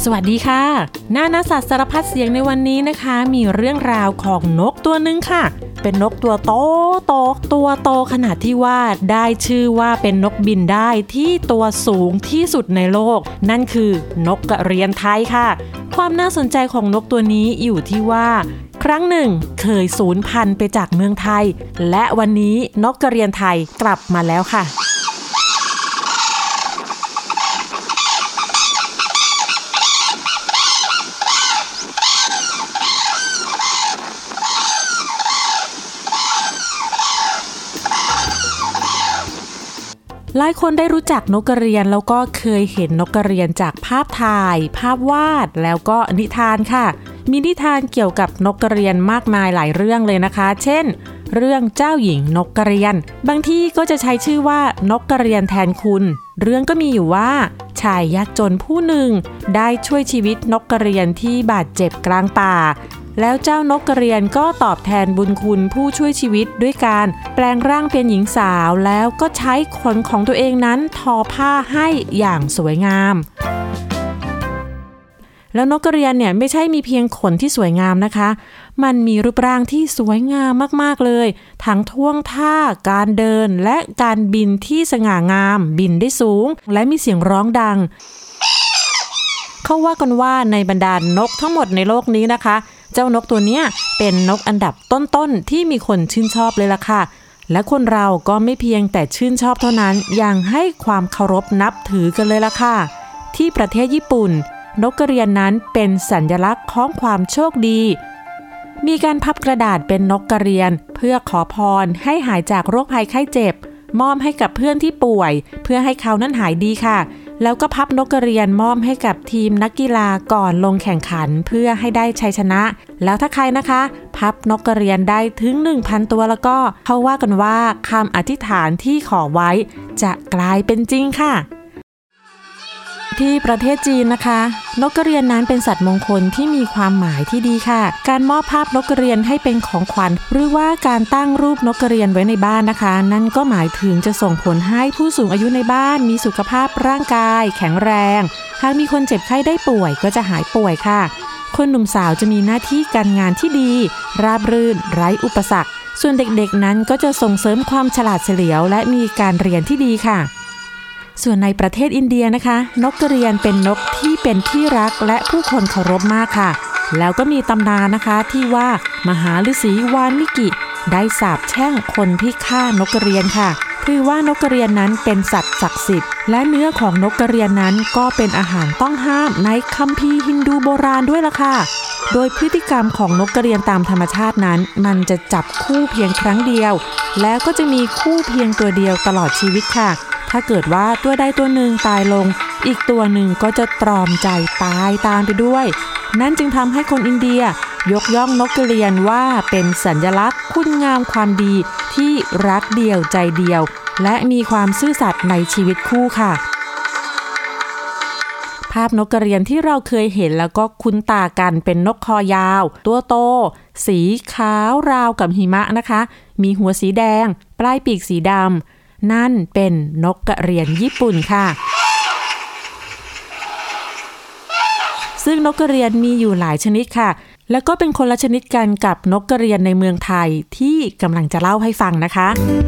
สวัสดีค่ะหน้าสัตว์สารพัดเสียงในวันนี้นะคะมีเรื่องราวของนกตัวหนึ่งค่ะเป็นนกตัวโตขนาดที่ว่าได้ชื่อว่าเป็นนกบินได้ที่ตัวสูงที่สุดในโลกนั่นคือนกกระเรียนไทยค่ะความน่าสนใจของนกตัวนี้อยู่ที่ว่าครั้งหนึ่งเคยสูญพันธุ์ไปจากเมืองไทยและวันนี้นกกระเรียนไทยกลับมาแล้วค่ะหลายคนได้รู้จักนกกระเรียนแล้วก็เคยเห็นนกกระเรียนจากภาพถ่ายภาพวาดแล้วก็นิทานค่ะมีนิทานเกี่ยวกับนกกระเรียนมากมายหลายเรื่องเลยนะคะเช่นเรื่องเจ้าหญิงนกกระเรียนบางที่ก็จะใช้ชื่อว่านกกระเรียนแทนคุณเรื่องก็มีอยู่ว่าชายยากจนผู้หนึ่งได้ช่วยชีวิตนกกระเรียนที่บาดเจ็บกลางป่าแล้วเจ้านกกระเรียนก็ตอบแทนบุญคุณผู้ช่วยชีวิตด้วยการแปลงร่างเป็นหญิงสาวแล้วก็ใช้ขนของตัวเองนั้นทอผ้าให้อย่างสวยงามแล้วนกกระเรียนเนี่ยไม่ใช่มีเพียงขนที่สวยงามนะคะมันมีรูปร่างที่สวยงามมากๆเลยทั้งท่วงท่าการเดินและการบินที่สง่างามบินได้สูงและมีเสียงร้องดังเขาว่ากันว่าในบรรดานกทั้งหมดในโลกนี้นะคะเจ้านกตัวเนี้ยเป็นนกอันดับต้นๆที่มีคนชื่นชอบเลยล่ะค่ะและคนเราก็ไม่เพียงแต่ชื่นชอบเท่านั้นยังให้ความเคารพนับถือกันเลยล่ะค่ะที่ประเทศญี่ปุ่นนกกระเรียนนั้นเป็นสัญลักษณ์ของความโชคดีมีการพับกระดาษเป็นนกกระเรียนเพื่อขอพรให้หายจากโรคภัยไข้เจ็บมอบให้กับเพื่อนที่ป่วยเพื่อให้เขานั้นหายดีค่ะแล้วก็พับนกกระเรียนมอบให้กับทีมนักกีฬาก่อนลงแข่งขันเพื่อให้ได้ชัยชนะแล้วถ้าใครนะคะพับนกกระเรียนได้ถึง 1,000 ตัวแล้วก็เขาว่ากันว่าคำอธิษฐานที่ขอไว้จะกลายเป็นจริงค่ะที่ประเทศจีนนะคะนกกระเรียนนั้นเป็นสัตว์มงคลที่มีความหมายที่ดีค่ะการมอบภาพนกกระเรียนให้เป็นของขวัญหรือว่าการตั้งรูปนกกระเรียนไว้ในบ้านนะคะนั่นก็หมายถึงจะส่งผลให้ผู้สูงอายุในบ้านมีสุขภาพร่างกายแข็งแรงหากมีคนเจ็บไข้ได้ป่วยก็จะหายป่วยค่ะคนหนุ่มสาวจะมีหน้าที่การงานที่ดีราบรื่นไร้อุปสรรคส่วนเด็กๆนั้นก็จะส่งเสริมความฉลาดเฉลียวและมีการเรียนที่ดีค่ะส่วนในประเทศอินเดียนะคะนกกระเรียนเป็นนกที่เป็นที่รักและผู้คนเคารพมากค่ะแล้วก็มีตำนานนะคะที่ว่ามหาฤาษีวาลมิกิได้สาปแช่งคนที่ฆ่านกกระเรียนค่ะถือว่านกกระเรียนนั้นเป็นสัตว์ศักดิ์สิทธิ์และเนื้อของนกกระเรียนนั้นก็เป็นอาหารต้องห้ามในคัมภีร์ฮินดูโบราณด้วยล่ะค่ะโดยพฤติกรรมของนกกระเรียนตามธรรมชาตินั้นมันจะจับคู่เพียงครั้งเดียวแล้วก็จะมีคู่เพียงตัวเดียวตลอดชีวิตค่ะถ้าเกิดว่าตัวใดตัวหนึ่งตายลงอีกตัวหนึ่งก็จะตรอมใจตายตามไปด้วยนั่นจึงทำให้คนอินเดียยกย่องนกกระเรียนว่าเป็นสัญลักษณ์คุณงามความดีที่รักเดียวใจเดียวและมีความซื่อสัตย์ในชีวิตคู่ค่ะภาพนกกระเรียนที่เราเคยเห็นแล้วก็คุ้นตากันเป็นนกคอยาวตัวโตสีขาวราวกับหิมะนะคะมีหัวสีแดงปลายปีกสีดำนั่นเป็นนกกระเรียนญี่ปุ่นค่ะซึ่งนกกระเรียนมีอยู่หลายชนิดค่ะแล้วก็เป็นคนละชนิดกันกับนกกระเรียนในเมืองไทยที่กำลังจะเล่าให้ฟังนะคะ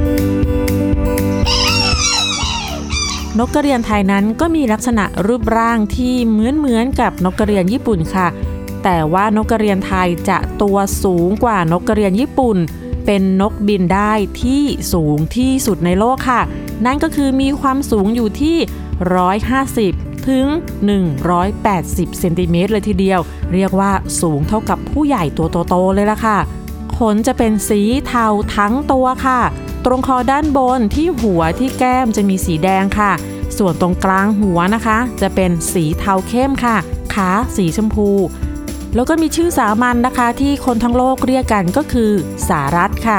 นกกระเรียนไทยนั้นก็มีลักษณะรูปร่างที่เหมือนกับนกกระเรียนญี่ปุ่นค่ะแต่ว่านกกระเรียนไทยจะตัวสูงกว่านกกระเรียนญี่ปุ่นเป็นนกบินได้ที่สูงที่สุดในโลกค่ะนั่นก็คือมีความสูงอยู่ที่150ถึง180เซนติเมตรเลยทีเดียวเรียกว่าสูงเท่ากับผู้ใหญ่ตัวโตๆเลยล่ะค่ะขนจะเป็นสีเทาทั้งตัวค่ะตรงคอด้านบนที่หัวที่แก้มจะมีสีแดงค่ะส่วนตรงกลางหัวนะคะจะเป็นสีเทาเข้มค่ะขาสีชมพูแล้วก็มีชื่อสามัญนะคะที่คนทั้งโลกเรียกกันก็คือสารัตค่ะ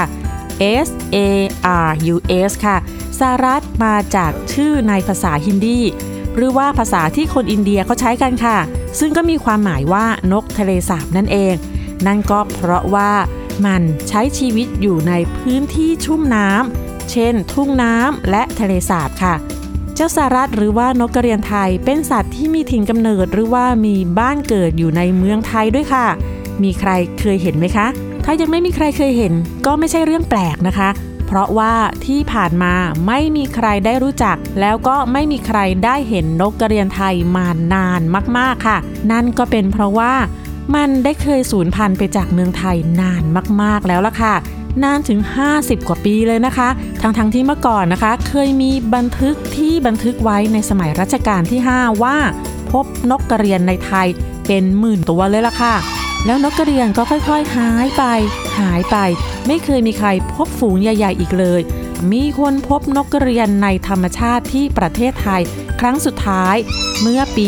SARUS ค่ะสารัตมาจากชื่อในภาษาฮินดีหรือว่าภาษาที่คนอินเดียเขาใช้กันค่ะซึ่งก็มีความหมายว่านกทะเลสาบนั่นเองนั่นก็เพราะว่ามันใช้ชีวิตอยู่ในพื้นที่ชุ่มน้ำเช่นทุ่งน้ำและทะเลสาบค่ะเจ้าสารัตหรือว่านกกระเรียนไทยเป็นสัตว์ที่มีถิ่นกำเนิดหรือว่ามีบ้านเกิดอยู่ในเมืองไทยด้วยค่ะมีใครเคยเห็นไหมคะถ้ายังไม่มีใครเคยเห็นก็ไม่ใช่เรื่องแปลกนะคะเพราะว่าที่ผ่านมาไม่มีใครได้รู้จักแล้วก็ไม่มีใครได้เห็นนกกระเรียนไทยมานานมากๆค่ะนั่นก็เป็นเพราะว่ามันได้เคยสูญพันธุ์ไปจากเมืองไทยนานมากๆแล้วล่ะค่ะนานถึง50กว่าปีเลยนะคะทั้งที่เมื่อก่อนนะคะเคยมีบันทึกไว้ในสมัยรัชกาลที่5ว่าพบนกกระเรียนในไทยเป็นหมื่นตัวเลยล่ะค่ะแล้วนกกระเรียนก็ค่อยๆหายไปไม่เคยมีใครพบฝูงใหญ่ๆอีกเลยมีคนพบนกกระเรียนในธรรมชาติที่ประเทศไทยครั้งสุดท้ายเมื่อปี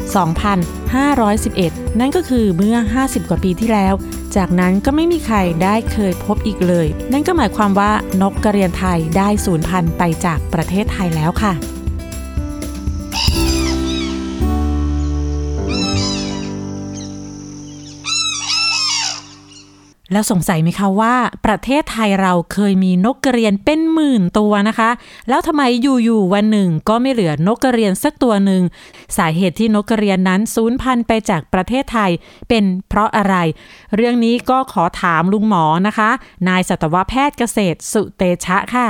2511 นั่นก็คือเมื่อ50กว่าปีที่แล้วจากนั้นก็ไม่มีใครได้เคยพบอีกเลยนั่นก็หมายความว่านกกระเรียนไทยได้สูญพันธุ์ไปจากประเทศไทยแล้วค่ะแล้วสงสัยไหมคะว่าประเทศไทยเราเคยมีนกกระเรียนเป็นหมื่นตัวนะคะแล้วทำไมอยู่ๆวันหนึ่งก็ไม่เหลือนกกระเรียนสักตัวหนึ่งสาเหตุที่นกกระเรียนนั้นสูญพันธุ์ไปจากประเทศไทยเป็นเพราะอะไรเรื่องนี้ก็ขอถามลุงหมอนะคะนายสัตวแพทย์เกษตรสุเตชะค่ะ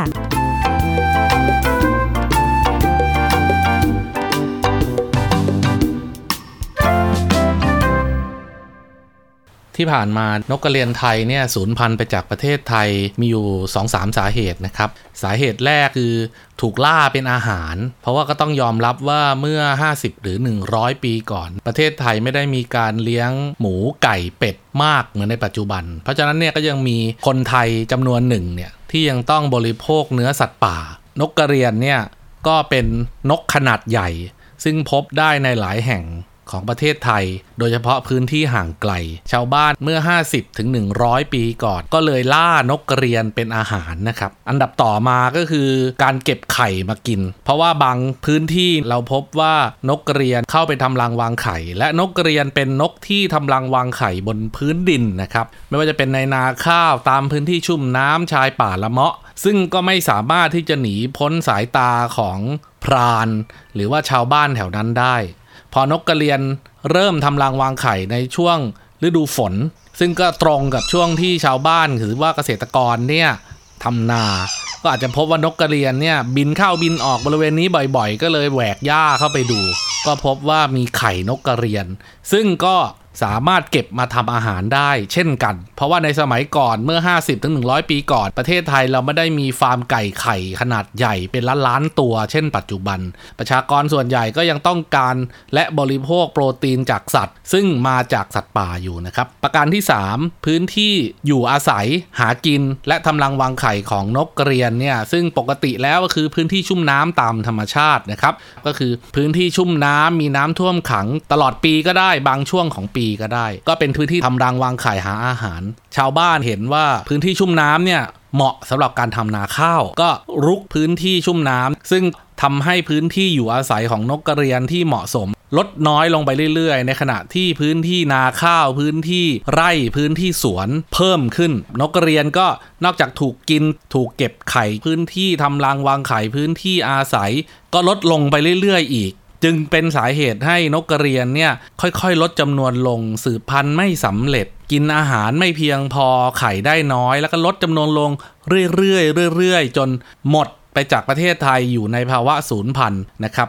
ที่ผ่านมานกกระเรียนไทยเนี่ยสูญพันธุ์ไปจากประเทศไทยมีอยู่ 2-3 สาเหตุนะครับสาเหตุแรกคือถูกล่าเป็นอาหารเพราะว่าก็ต้องยอมรับว่าเมื่อ50หรือ100ปีก่อนประเทศไทยไม่ได้มีการเลี้ยงหมูไก่เป็ดมากเหมือนในปัจจุบันเพราะฉะนั้นเนี่ยก็ยังมีคนไทยจำนวนหนึ่งเนี่ยที่ยังต้องบริโภคเนื้อสัตว์ป่านกกระเรียนเนี่ยก็เป็นนกขนาดใหญ่ซึ่งพบได้ในหลายแห่งของประเทศไทยโดยเฉพาะพื้นที่ห่างไกลชาวบ้านเมื่อ50ถึง100ปีก่อนก็เลยล่านกกระเรียนเป็นอาหารนะครับอันดับต่อมาก็คือการเก็บไข่มากินเพราะว่าบางพื้นที่เราพบว่านกกระเรียนเข้าไปทำรังวางไข่และนกกระเรียนเป็นนกที่ทำรังวางไข่บนพื้นดินนะครับไม่ว่าจะเป็นในนาข้าวตามพื้นที่ชุ่มน้ำชายป่าละเมาะซึ่งก็ไม่สามารถที่จะหนีพ้นสายตาของพรานหรือว่าชาวบ้านแถวนั้นได้พอนกกระเรียนเริ่มทำรังวางไข่ในช่วงฤดูฝนซึ่งก็ตรงกับช่วงที่ชาวบ้านหรือว่าเกษตรกรเนี่ยทำนาก็อาจจะพบว่านกกระเรียนเนี่ยบินเข้าบินออกบริเวณนี้บ่อยๆก็เลยแหวกหญ้าเข้าไปดูก็พบว่ามีไข่นกกระเรียนซึ่งก็สามารถเก็บมาทำอาหารได้เช่นกันเพราะว่าในสมัยก่อนเมื่อ 50-100 ปีก่อนประเทศไทยเราไม่ได้มีฟาร์มไก่ไข่ขนาดใหญ่เป็นล้านๆตัวเช่นปัจจุบันประชากรส่วนใหญ่ก็ยังต้องการและบริโภคโปรตีนจากสัตว์ซึ่งมาจากสัตว์ป่าอยู่นะครับประการที่3พื้นที่อยู่อาศัยหากินและทำรังวางไข่ของนกกระเรียนเนี่ยซึ่งปกติแล้วก็คือพื้นที่ชุ่มน้ำตามธรรมชาตินะครับก็คือพื้นที่ชุ่มน้ำมีน้ำท่วมขังตลอดปีก็ได้บางช่วงของปีก็ได้ก็เป็นพื้นที่ทำรังวางไข่หาอาหารชาวบ้านเห็นว่าพื้นที่ชุ่มน้ำเนี่ยเหมาะสำหรับการทำนาข้าวก็รุกพื้นที่ชุ่มน้ำซึ่งทำให้พื้นที่อยู่อาศัยของนกกระเรียนที่เหมาะสมลดน้อยลงไปเรื่อยๆในขณะที่พื้นที่นาข้าวพื้นที่ไร่พื้นที่สวนเพิ่มขึ้นนกกระเรียนก็นอกจากถูกกินถูกเก็บไข่พื้นที่ทำรังวางไข่พื้นที่อาศัยก็ลดลงไปเรื่อยๆอีกจึงเป็นสาเหตุให้นกกระเรียนเนี่ยค่อยๆลดจำนวนลงสืบพันธุ์ไม่สำเร็จกินอาหารไม่เพียงพอไข่ได้น้อยแล้วก็ลดจำนวนลงเรื่อยๆจนหมดไปจากประเทศไทยอยู่ในภาวะสูญพันธุ์นะครับ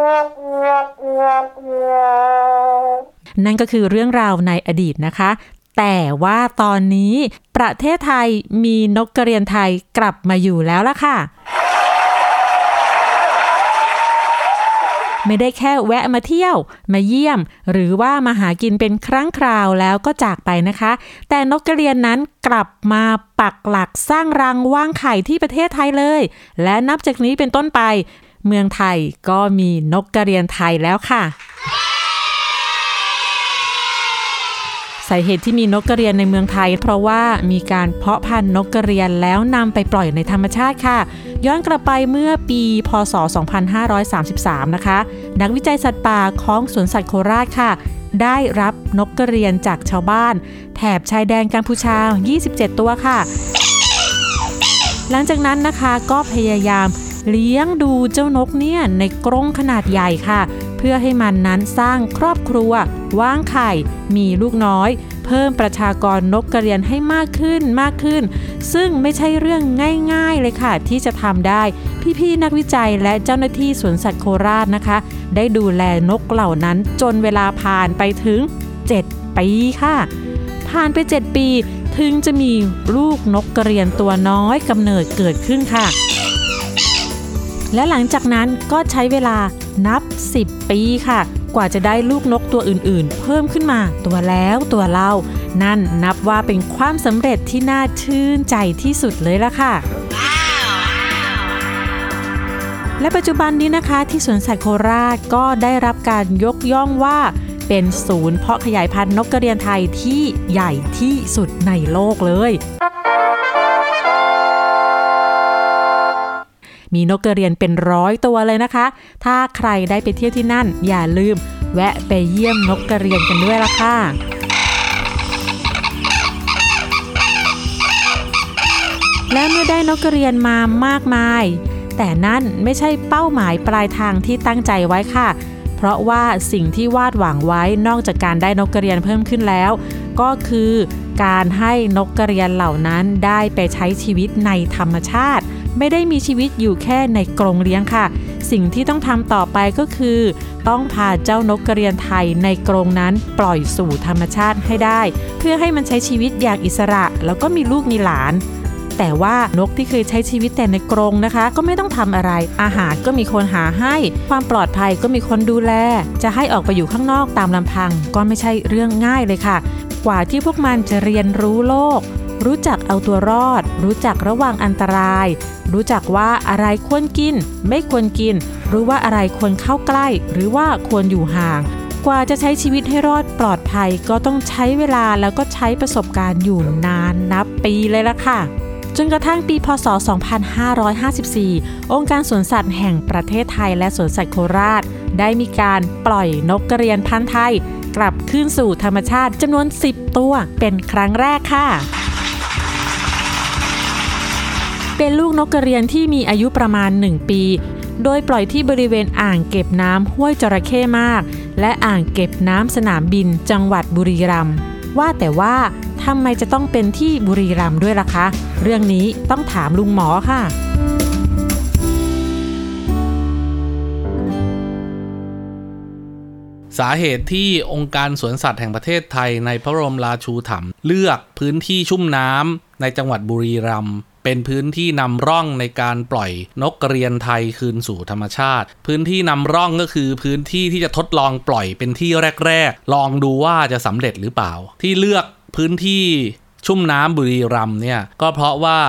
นั่นก็คือเรื่องราวในอดีตนะคะแต่ว่าตอนนี้ประเทศไทยมีนกกระเรียนไทยกลับมาอยู่แล้วล่ะค่ะไม่ได้แค่แวะมาเที่ยวมาเยี่ยมหรือว่ามาหากินเป็นครั้งคราวแล้วก็จากไปนะคะแต่นกกระเรียนนั้นกลับมาปักหลักสร้างรังวางไข่ที่ประเทศไทยเลยและนับจากนี้เป็นต้นไปเมืองไทยก็มีนกกระเรียนไทยแล้วค่ะสาเหตุที่มีนกกระเรียนในเมืองไทยเพราะว่ามีการเพาะพันธุ์นกกระเรียนแล้วนำไปปล่อยในธรรมชาติค่ะย้อนกลับไปเมื่อปีพ.ศ. 2533นะคะนักวิจัยสัตว์ป่าของสวนสัตว์โคราชค่ะได้รับนกกระเรียนจากชาวบ้านแถบชายแดนกัมพูชา27ตัวค่ะหลังจากนั้นนะคะก็พยายามเลี้ยงดูเจ้านกเนี่ยในกรงขนาดใหญ่ค่ะเพื่อให้มันนั้นสร้างครอบครัววางไข่มีลูกน้อยเพิ่มประชากรนกกระเรียนให้มากขึ้นซึ่งไม่ใช่เรื่องง่ายๆเลยค่ะที่จะทำได้พี่ๆนักวิจัยและเจ้าหน้าที่สวนสัตว์โคราชนะคะได้ดูแลนกเหล่านั้นจนเวลาผ่านไปถึง7 ปีค่ะผ่านไป7 ปีถึงจะมีลูกนกกระเรียนตัวน้อยกำเนิดเกิดขึ้นค่ะและหลังจากนั้นก็ใช้เวลานับ10 ปีค่ะกว่าจะได้ลูกนกตัวอื่นๆเพิ่มขึ้นมาตัวแล้วตัวเล่านั่นนับว่าเป็นความสำเร็จที่น่าชื่นใจที่สุดเลยล่ะค่ะ และปัจจุบันนี้นะคะที่สวนสัตว์โคราชก็ได้รับการยกย่องว่าเป็นศูนย์เพาะขยายพันธุ์นกกระเรียนไทยที่ใหญ่ที่สุดในโลกเลยมีนกกระเรียนเป็น100 ตัวเลยนะคะถ้าใครได้ไปเที่ยวที่นั่นอย่าลืมแวะไปเยี่ยมนกกระเรียนกันด้วยล่ะค่ะและเมื่อได้นกกระเรียนมามากมายแต่นั่นไม่ใช่เป้าหมายปลายทางที่ตั้งใจไว้ค่ะเพราะว่าสิ่งที่วาดหวังไว้นอกจากการได้นกกระเรียนเพิ่มขึ้นแล้วก็คือการให้นกกระเรียนเหล่านั้นได้ไปใช้ชีวิตในธรรมชาติไม่ได้มีชีวิตอยู่แค่ในกรงเลี้ยงค่ะสิ่งที่ต้องทำต่อไปก็คือต้องพาเจ้านกกระเรียนไทยในกรงนั้นปล่อยสู่ธรรมชาติให้ได้เพื่อให้มันใช้ชีวิตอย่างอิสระแล้วก็มีลูกมีหลานแต่ว่านกที่เคยใช้ชีวิตแต่ในกรงนะคะก็ไม่ต้องทำอะไรอาหารก็มีคนหาให้ความปลอดภัยก็มีคนดูแลจะให้ออกไปอยู่ข้างนอกตามลำพังก็ไม่ใช่เรื่องง่ายเลยค่ะกว่าที่พวกมันจะเรียนรู้โลกรู้จักเอาตัวรอดรู้จักระวังอันตรายรู้จักว่าอะไรควรกินไม่ควรกินรู้ว่าอะไรควรเข้าใกล้หรือว่าควรอยู่ห่างกว่าจะใช้ชีวิตให้รอดปลอดภัยก็ต้องใช้เวลาแล้วก็ใช้ประสบการณ์อยู่นานนับปีเลยล่ะค่ะจนกระทั่งปีพ.ศ. 2554 องค์การสวนสัตว์แห่งประเทศไทยและสวนสัตว์โคราชได้มีการปล่อยนกกระเรียนพันธุ์ไทยกลับคืนสู่ธรรมชาติจำนวน10 ตัวเป็นครั้งแรกค่ะเป็นลูกนกกระเรียนที่มีอายุประมาณ1 ปีโดยปล่อยที่บริเวณอ่างเก็บน้ำห้วยจระเข้มากและอ่างเก็บน้ำสนามบินจังหวัดบุรีรัมย์ว่าแต่ว่าทำไมจะต้องเป็นที่บุรีรัมย์ด้วยล่ะคะเรื่องนี้ต้องถามลุงหมอค่ะสาเหตุที่องค์การสวนสัตว์แห่งประเทศไทยในพระบรมราชูถัมภ์เลือกพื้นที่ชุ่มน้ำในจังหวัดบุรีรัมย์เป็นพื้นที่นำร่องในการปล่อยนกกระเรียนไทยคืนสู่ธรรมชาติพื้นที่นำร่องก็คือพื้นที่ที่จะทดลองปล่อยเป็นที่แรกๆลองดูว่าจะสำเร็จหรือเปล่าที่เลือกพื้นที่ชุ่มน้ำบุรีรัมย์เนี่ยก็เพราะว่า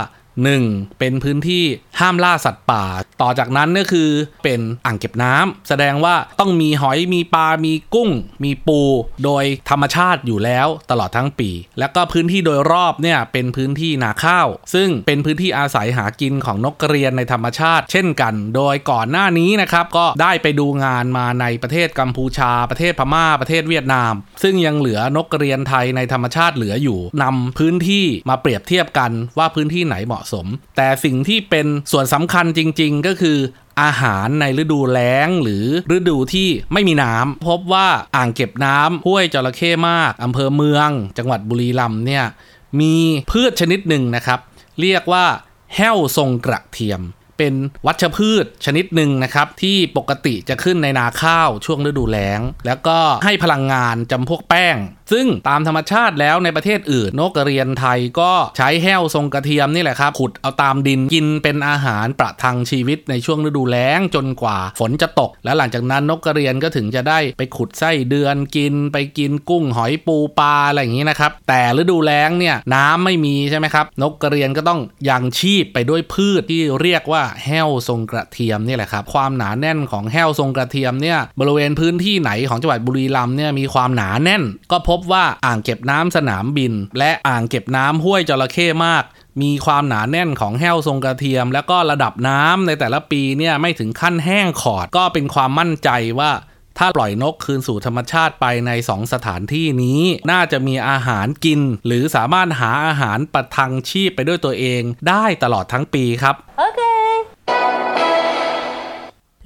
1เป็นพื้นที่ห้ามล่าสัตว์ป่าต่อจากนั้นก็คือเป็นอ่างเก็บน้ำแสดงว่าต้องมีหอยมีปลามีกุ้งมีปูโดยธรรมชาติอยู่แล้วตลอดทั้งปีแล้วก็พื้นที่โดยรอบเนี่ยเป็นพื้นที่นาข้าวซึ่งเป็นพื้นที่อาศัยหากินของนกกระเรียนในธรรมชาติเช่นกันโดยก่อนหน้านี้นะครับก็ได้ไปดูงานมาในประเทศกัมพูชาประเทศพม่าประเทศเวียดนามซึ่งยังเหลือนกกระเรียนไทยในธรรมชาติเหลืออยู่นำพื้นที่มาเปรียบเทียบกันว่าพื้นที่ไหนเหมาะสมแต่สิ่งที่เป็นส่วนสำคัญจริงๆก็คืออาหารในฤดูแล้งหรือฤดูที่ไม่มีน้ำพบว่าอ่างเก็บน้ำห้วยจระเข้มากอำเภอเมืองจังหวัดบุรีรัมย์เนี่ยมีพืชชนิดหนึ่งนะครับเรียกว่าแห้วทรงกระเทียมเป็นวัชพืชชนิดหนึ่งนะครับที่ปกติจะขึ้นในนาข้าวช่วงฤดูแล้งแล้วก็ให้พลังงานจำพวกแป้งซึ่งตามธรรมชาติแล้วในประเทศอื่นนกกระเรียนไทยก็ใช้แห้วทรงกระเทียมนี่แหละครับขุดเอาตามดินกินเป็นอาหารประทังชีวิตในช่วงฤดูแล้งจนกว่าฝนจะตกแล้วหลังจากนั้นนกกระเรียนก็ถึงจะได้ไปขุดไส้เดือนกินไปกินกุ้งหอยปูปลาอะไรอย่างนี้นะครับแต่ฤดูแล้งเนี่ยน้ำไม่มีใช่ไหมครับนกกระเรียนก็ต้องยังชีพไปด้วยพืชที่เรียกว่าแห้วทรงกระเทียมนี่แหละครับความหนาแน่นของแห้วทรงกระเทียมเนี่ยบริเวณพื้นที่ไหนของจังหวัดบุรีรัมย์เนี่ยมีความหนาแน่นก็พบว่าอ่างเก็บน้ำสนามบินและอ่างเก็บน้ำห้วยจระเข้มากมีความหนาแน่นของแห้วทรงกระเทียมแล้วก็ระดับน้ำในแต่ละปีเนี่ยไม่ถึงขั้นแห้งขอดก็เป็นความมั่นใจว่าถ้าปล่อยนกคืนสู่ธรรมชาติไปใน2สถานที่นี้น่าจะมีอาหารกินหรือสามารถหาอาหารประทังชีพไปด้วยตัวเองได้ตลอดทั้งปีครับโอเค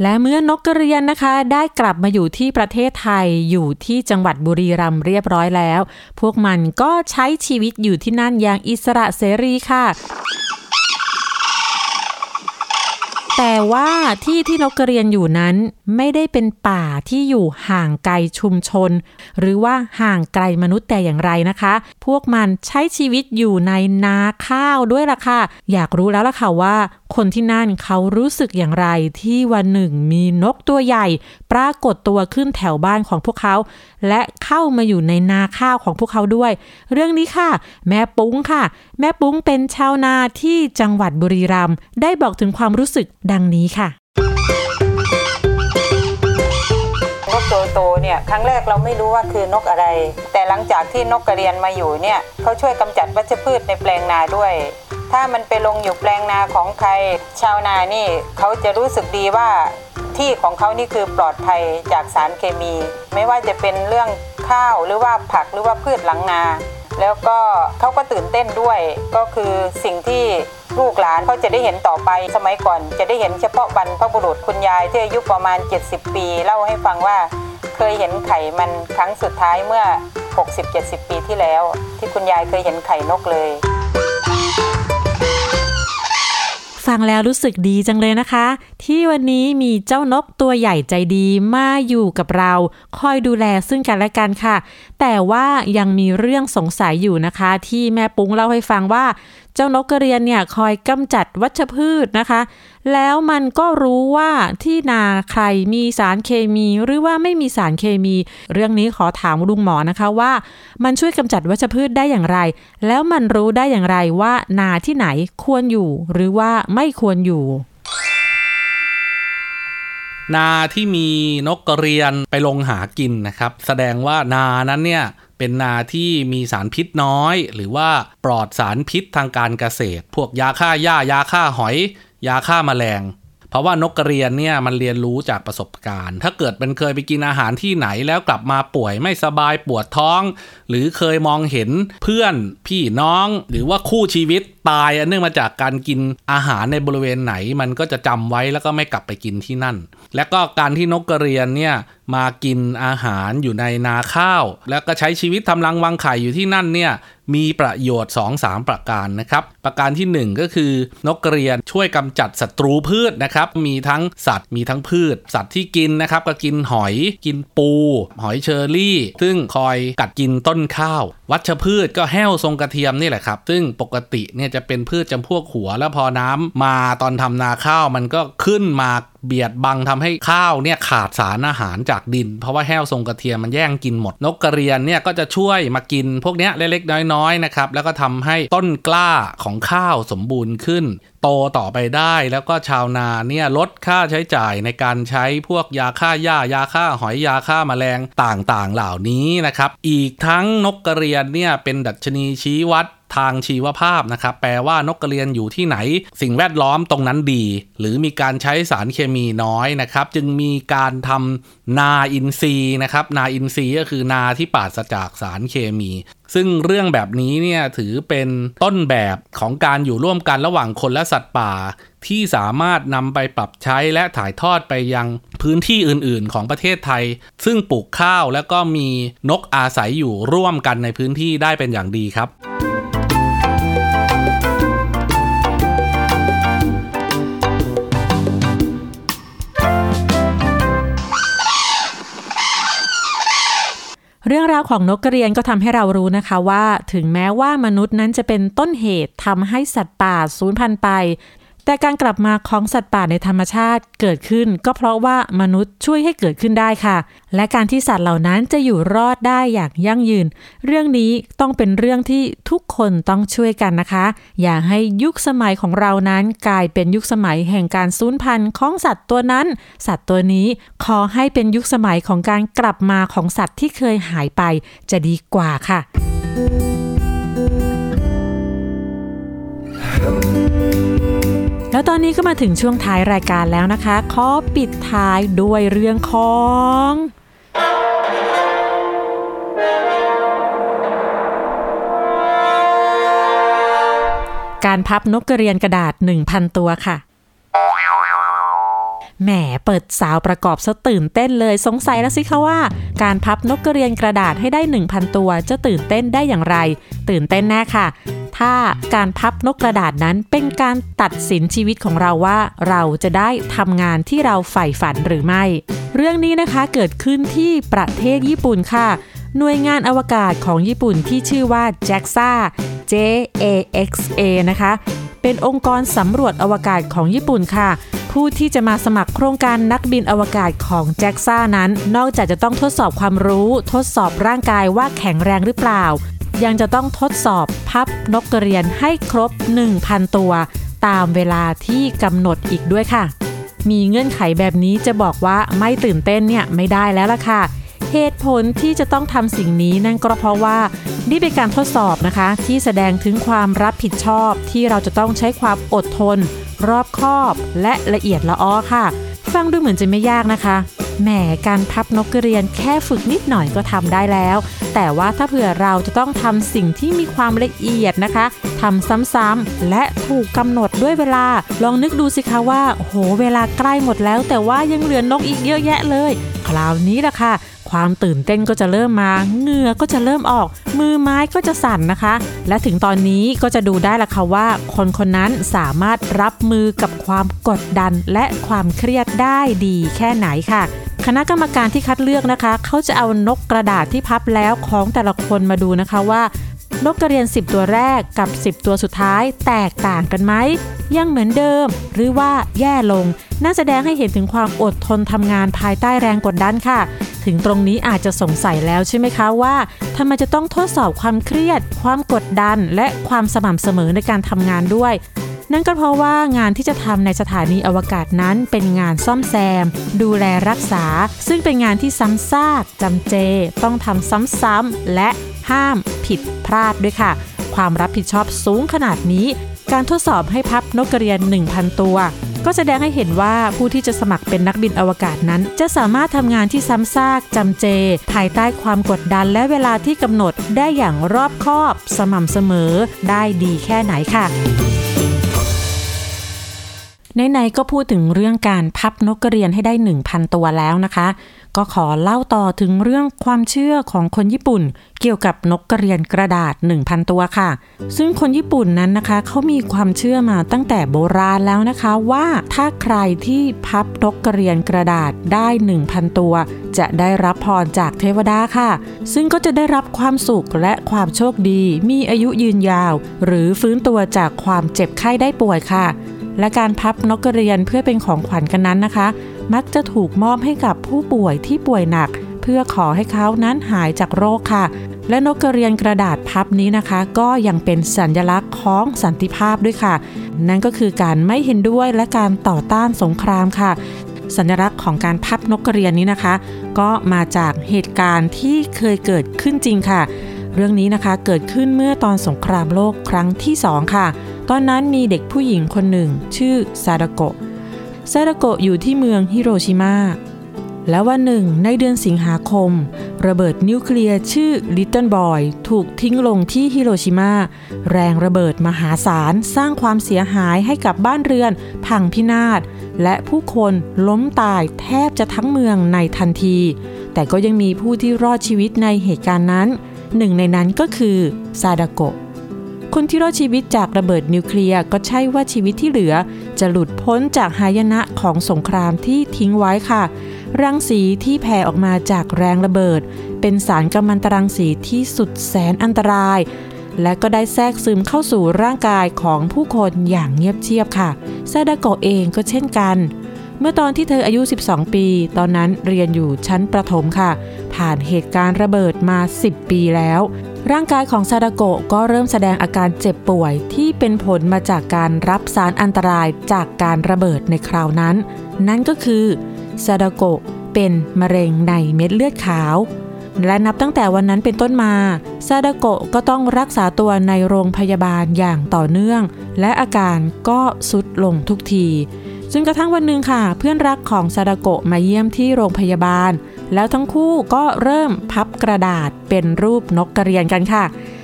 และเมื่อนกกระเรียนนะคะได้กลับมาอยู่ที่ประเทศไทยอยู่ที่จังหวัดบุรีรัมย์เรียบร้อยแล้วพวกมันก็ใช้ชีวิตอยู่ที่นั่นอย่างอิสระเสรีค่ะแต่ว่าที่นกกระเรียนอยู่นั้นไม่ได้เป็นป่าที่อยู่ห่างไกลชุมชนหรือว่าห่างไกลมนุษย์แต่อย่างไรนะคะพวกมันใช้ชีวิตอยู่ในนาข้าวด้วยล่ะค่ะอยากรู้แล้วล่ะค่ะว่าคนที่นั่นเขารู้สึกอย่างไรที่วันหนึ่งมีนกตัวใหญ่ปรากฏตัวขึ้นแถวบ้านของพวกเขาและเข้ามาอยู่ในนาข้าวของพวกเขาด้วยเรื่องนี้ค่ะแม่ปุ้งค่ะแม่ปุ้งเป็นชาวนาที่จังหวัดบุรีรัมย์ได้บอกถึงความรู้สึกดังนี้ค่ะนกโตเนี่ยครั้งแรกเราไม่รู้ว่าคือนกอะไรแต่หลังจากที่นกกระเรียนมาอยู่เนี่ยเขาช่วยกำจัดวัชพืชในแปลงนาด้วยถ้ามันไปลงอยู่แปลงนาของใครชาวนานี่เขาจะรู้สึกดีว่าที่ของเขานี่คือปลอดภัยจากสารเคมีไม่ว่าจะเป็นเรื่องข้าวหรือว่าผักหรือว่าพืชหลังนาแล้วก็เขาก็ตื่นเต้นด้วยก็คือสิ่งที่ลูกหลานเขาจะได้เห็นต่อไปสมัยก่อนจะได้เห็นเฉพาะบรรพบุรุษคุณยายที่อายุประมาณ70ปีเล่าให้ฟังว่าเคยเห็นไข่มันครั้งสุดท้ายเมื่อ 60-70 ปีที่แล้วที่คุณยายเคยเห็นไข่นกเลยฟังแล้วรู้สึกดีจังเลยนะคะที่วันนี้มีเจ้านกตัวใหญ่ใจดีมาอยู่กับเราคอยดูแลซึ่งกันและกันค่ะแต่ว่ายังมีเรื่องสงสัยอยู่นะคะที่แม่ปุ้งเล่าให้ฟังว่าเจ้านกกระเรียนเนี่ยคอยกำจัดวัชพืชนะคะแล้วมันก็รู้ว่าที่นาใครมีสารเคมีหรือว่าไม่มีสารเคมีเรื่องนี้ขอถามลุงหมอนะคะว่ามันช่วยกำจัดวัชพืชได้อย่างไรแล้วมันรู้ได้อย่างไรว่านาที่ไหนควรอยู่หรือว่าไม่ควรอยู่นาที่มีนกกระเรียนไปลงหากินนะครับแสดงว่านานั้นเนี่ยเป็นนาที่มีสารพิษน้อยหรือว่าปลอดสารพิษทางการเกษตรพวกยาฆ่าหญ้ายาฆ่าหอยยาฆ่าแมลงเพราะว่านกกระเรียนเนี่ยมันเรียนรู้จากประสบการณ์ถ้าเกิดมันเคยไปกินอาหารที่ไหนแล้วกลับมาป่วยไม่สบายปวดท้องหรือเคยมองเห็นเพื่อนพี่น้องหรือว่าคู่ชีวิตตายเนื่องมาจากการกินอาหารในบริเวณไหนมันก็จะจำไว้แล้วก็ไม่กลับไปกินที่นั่นและก็การที่นกกระเรียนเนี่ยมากินอาหารอยู่ในนาข้าวแล้วก็ใช้ชีวิตทำรังวางไข่อยู่ที่นั่นเนี่ยมีประโยชน์ 2-3 ประการนะครับประการที่1ก็คือนกกระเรียนช่วยกำจัดศัตรูพืชนะครับมีทั้งสัตว์มีทั้งพืชสัตว์ที่กินนะครับก็กินหอยกินปูหอยเชอรี่ซึ่งคอยกัดกินต้นข้าววัชพืชก็แห้วทรงกระเทียมนี่แหละครับซึ่งปกติเนี่ยจะเป็นพืชจำพวกหัวแล้วพอน้ำมาตอนทำนาข้าวมันก็ขึ้นมาเบียดบังทำให้ข้าวเนี่ยขาดสารอาหารจากดินเพราะว่าแห้วทรงกระเทียมมันแย่งกินหมดนกกระเรียนเนี่ยก็จะช่วยมากินพวกเนี้ยเล็กๆน้อยๆนะครับแล้วก็ทำให้ต้นกล้าของข้าวสมบูรณ์ขึ้นโตต่อไปได้แล้วก็ชาวนาเนี่ยลดค่าใช้จ่ายในการใช้พวกยาฆ่าหญ้ายาฆ่าหอยยาฆ่าแมลงต่างๆเหล่านี้นะครับอีกทั้งนกกระเรียนเนี่ยเป็นดัชนีชี้วัดทางชีวภาพนะครับแปลว่านกกระเรียนอยู่ที่ไหนสิ่งแวดล้อมตรงนั้นดีหรือมีการใช้สารเคมีน้อยนะครับจึงมีการทำนาอินทรีย์นะครับนาอินทรีย์ก็คือนาที่ปราศจากสารเคมีซึ่งเรื่องแบบนี้เนี่ยถือเป็นต้นแบบของการอยู่ร่วมกันระหว่างคนและสัตว์ป่าที่สามารถนำไปปรับใช้และถ่ายทอดไปยังพื้นที่อื่นๆของประเทศไทยซึ่งปลูกข้าวแล้วก็มีนกอาศัยอยู่ร่วมกันในพื้นที่ได้เป็นอย่างดีครับเรื่องราวของนกกระเรียนก็ทำให้เรารู้นะคะว่าถึงแม้ว่ามนุษย์นั้นจะเป็นต้นเหตุทำให้สัตว์ป่าสูญพันธุ์ไปแต่การกลับมาของสัตว์ป่าในธรรมชาติเกิดขึ้นก็เพราะว่ามนุษย์ช่วยให้เกิดขึ้นได้ค่ะและการที่สัตว์เหล่านั้นจะอยู่รอดได้อย่างยั่งยืนเรื่องนี้ต้องเป็นเรื่องที่ทุกคนต้องช่วยกันนะคะอย่าให้ยุคสมัยของเรานั้นกลายเป็นยุคสมัยแห่งการสูญพันธุ์ของสัตว์ตัวนั้นสัตว์ตัวนี้ขอให้เป็นยุคสมัยของการกลับมาของสัตว์ที่เคยหายไปจะดีกว่าค่ะแล้วตอนนี้ก็มาถึงช่วงท้ายรายการแล้วนะคะขอปิดท้ายด้วยเรื่องของการพับนกกระเรียนกระดาษ 1,000 ตัวค่ะแหมเปิดสาวประกอบซะตื่นเต้นเลยสงสัยแล้วสิคะว่าการพับนกกระเรียนกระดาษให้ได้ 1,000 ตัวจะตื่นเต้นได้อย่างไรตื่นเต้นแน่ค่ะถ้าการพับนกกระดาษนั้นเป็นการตัดสินชีวิตของเราว่าเราจะได้ทำงานที่เราใฝ่ฝันหรือไม่เรื่องนี้นะคะเกิดขึ้นที่ประเทศญี่ปุ่นค่ะหน่วยงานอวกาศของญี่ปุ่นที่ชื่อว่า JAXA นะคะเป็นองค์กรสำรวจอวกาศของญี่ปุ่นค่ะผู้ที่จะมาสมัครโครงการนักบินอวกาศของ JAXA นั้นนอกจากจะต้องทดสอบความรู้ทดสอบร่างกายว่าแข็งแรงหรือเปล่ายังจะต้องทดสอบพับนกกระเรียนให้ครบ 1,000 ตัวตามเวลาที่กำหนดอีกด้วยค่ะมีเงื่อนไขแบบนี้จะบอกว่าไม่ตื่นเต้นเนี่ยไม่ได้แล้วล่ะค่ะเหตุผลที่จะต้องทำสิ่งนี้นั่นก็เพราะว่านี่เป็นการทดสอบนะคะที่แสดงถึงความรับผิดชอบที่เราจะต้องใช้ความอดทนรอบคอบและละเอียดละออค่ะฟังดูเหมือนจะไม่ยากนะคะแหมการพับนกกระเรียนแค่ฝึกนิดหน่อยก็ทำได้แล้วแต่ว่าถ้าเผื่อเราจะต้องทำสิ่งที่มีความละเอียดนะคะทำซ้ำๆและถูกกำหนดด้วยเวลาลองนึกดูสิคะว่าโอ้โหเวลาใกล้หมดแล้วแต่ว่ายังเหลือนกอีกเยอะแยะเลยคราวนี้ล่ะค่ะความตื่นเต้นก็จะเริ่มมาเหงื่อก็จะเริ่มออกมือไม้ก็จะสั่นนะคะและถึงตอนนี้ก็จะดูได้ละค่ะว่าคนนั้นสามารถรับมือกับความกดดันและความเครียดได้ดีแค่ไหนค่ะคณะกรรมการที่คัดเลือกนะคะเขาจะเอานกกระดาษที่พับแล้วของแต่ละคนมาดูนะคะว่านกกระเรียน10ตัวแรกกับ10ตัวสุดท้ายแตกต่างกันไหมยังเหมือนเดิมหรือว่าแย่ลงน่าแสดงให้เห็นถึงความอดทนทำงานภายใต้แรงกดดันค่ะถึงตรงนี้อาจจะสงสัยแล้วใช่ไหมคะว่าทำไมจะต้องทดสอบความเครียดความกดดันและความสม่ำเสมอในการทำงานด้วยนั่นก็เพราะว่างานที่จะทำในสถานีอวกาศนั้นเป็นงานซ่อมแซมดูแลรักษาซึ่งเป็นงานที่ซ้ำซากจำเจต้องทำซ้ำๆและห้ามผิดพลาดด้วยค่ะความรับผิดชอบสูงขนาดนี้การทดสอบให้พับนกกระเรียน 1,000 ตัวก็แสดงให้เห็นว่าผู้ที่จะสมัครเป็นนักบินอวกาศนั้นจะสามารถทำงานที่ซ้ำซากจำเจภายใต้ความกดดันและเวลาที่กำหนดได้อย่างรอบคอบสม่ำเสมอได้ดีแค่ไหนค่ะไหนๆก็พูดถึงเรื่องการพับนกกระเรียนให้ได้ 1,000 ตัวแล้วนะคะก็ขอเล่าต่อถึงเรื่องความเชื่อของคนญี่ปุ่นเกี่ยวกับนกกระเรียนกระดาษ 1,000 ตัวค่ะซึ่งคนญี่ปุ่นนั้นนะคะเขามีความเชื่อมาตั้งแต่โบราณแล้วนะคะว่าถ้าใครที่พับนกกระเรียนกระดาษได้ 1,000 ตัวจะได้รับพรจากเทวดาค่ะซึ่งก็จะได้รับความสุขและความโชคดีมีอายุยืนยาวหรือฟื้นตัวจากความเจ็บไข้ได้ป่วยค่ะและการพับนกกระเรียนเพื่อเป็นของขวัญกันนั้นนะคะมักจะถูกมอบให้กับผู้ป่วยที่ป่วยหนักเพื่อขอให้เขานั้นหายจากโรคค่ะและนกกระเรียนกระดาษพับนี้นะคะก็ยังเป็นสัญลักษณ์ของสันติภาพด้วยค่ะนั่นก็คือการไม่เห็นด้วยและการต่อต้านสงครามค่ะสัญลักษณ์ของการพับนกกระเรียนนี้นะคะก็มาจากเหตุการณ์ที่เคยเกิดขึ้นจริงค่ะเรื่องนี้นะคะเกิดขึ้นเมื่อตอนสงครามโลกครั้งที่2ค่ะตอนนั้นมีเด็กผู้หญิงคนหนึ่งชื่อซาดาโกะอยู่ที่เมืองฮิโรชิมาแล้ววันหนึ่งในเดือนสิงหาคมระเบิดนิวเคลียร์ชื่อ Little Boy ถูกทิ้งลงที่ฮิโรชิมาแรงระเบิดมหาศาลสร้างความเสียหายให้กับบ้านเรือนพังพินาศและผู้คนล้มตายแทบจะทั้งเมืองในทันทีแต่ก็ยังมีผู้ที่รอดชีวิตในเหตุการณ์นั้นหนึ่งในนั้นก็คือซาดาโกะคนที่รอดชีวิตจากระเบิดนิวเคลียร์ก็ใช่ว่าชีวิตที่เหลือจะหลุดพ้นจากหายนะของสงครามที่ทิ้งไว้ค่ะรังสีที่แผ่ออกมาจากแรงระเบิดเป็นสารกัมมันตรังสีที่สุดแสนอันตรายและก็ได้แทรกซึมเข้าสู่ร่างกายของผู้คนอย่างเงียบเชียบค่ะซาดาโกะเองก็เช่นกันเมื่อตอนที่เธออายุ12ปีตอนนั้นเรียนอยู่ชั้นประถมค่ะผ่านเหตุการณ์ระเบิดมา10ปีแล้วร่างกายของซาดาโกะก็เริ่มแสดงอาการเจ็บป่วยที่เป็นผลมาจากการรับสารอันตรายจากการระเบิดในคราวนั้นนั่นก็คือซาดาโกะเป็นมะเร็งในเม็ดเลือดขาวและนับตั้งแต่วันนั้นเป็นต้นมาซาดาโกะก็ต้องรักษาตัวในโรงพยาบาลอย่างต่อเนื่องและอาการก็ทรุดลงทุกทีจนกระทั่งวันหนึ่งค่ะเพื่อนรักของซาดาโกะมาเยี่ยมที่โรงพยาบาลแล้วทั้งคู่ก็เริ่มพับกระดาษเป็นรูปนกกระเรียนกันค่ะ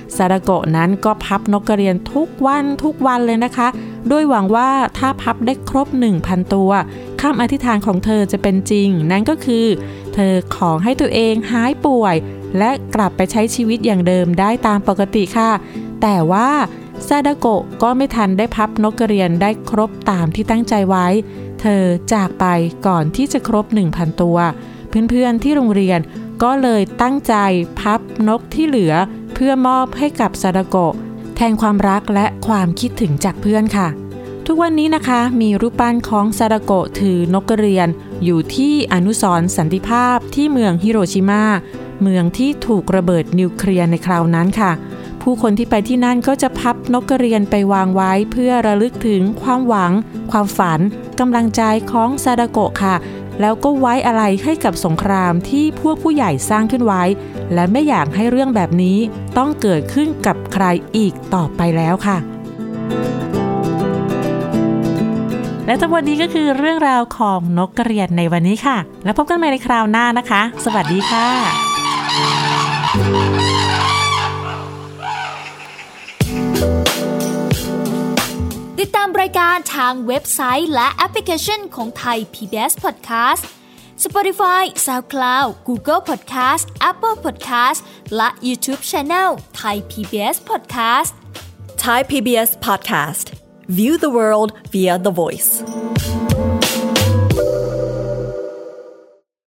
ซาดาโกะนั้นก็พับนกกระเรียนทุกวันเลยนะคะโดยหวังว่าถ้าพับได้ครบ 1,000 ตัวคำอธิษฐานของเธอจะเป็นจริงนั่นก็คือเธอขอให้ตัวเองหายป่วยและกลับไปใช้ชีวิตอย่างเดิมได้ตามปกติค่ะแต่ว่าซาดาโกะก็ไม่ทันได้พับนกกระเรียนได้ครบตามที่ตั้งใจไว้เธอจากไปก่อนที่จะครบ 1,000 ตัวเพื่อนๆที่โรงเรียนก็เลยตั้งใจพับนกที่เหลือเพื่อมอบให้กับซาดาโกะแทนความรักและความคิดถึงจากเพื่อนค่ะทุกวันนี้นะคะมีรูปปั้นของซาดาโกะถือนกกระเรียนอยู่ที่อนุสรณ์สันติภาพที่เมืองฮิโรชิมาเมืองที่ถูกระเบิดนิวเคลียร์ในคราวนั้นค่ะผู้คนที่ไปที่นั่นก็จะพับนกกระเรียนไปวางไว้เพื่อระลึกถึงความหวังความฝันกำลังใจของซาดาโกะค่ะแล้วก็ไว้อะไรให้กับสงครามที่พวกผู้ใหญ่สร้างขึ้นไว้และไม่อยากให้เรื่องแบบนี้ต้องเกิดขึ้นกับใครอีกต่อไปแล้วค่ะและทั้งหมดนี้ก็คือเรื่องราวของนกกระเรียนในวันนี้ค่ะแล้วพบกันใหม่ในคราวหน้านะคะสวัสดีค่ะติดตามรายการทางเว็บไซต์และแอปพลิเคชันของไทย PBS Podcast Spotify SoundCloud Google Podcast Apple Podcast และ YouTube Channel Thai PBS Podcast Thai PBS Podcast View the world via the voice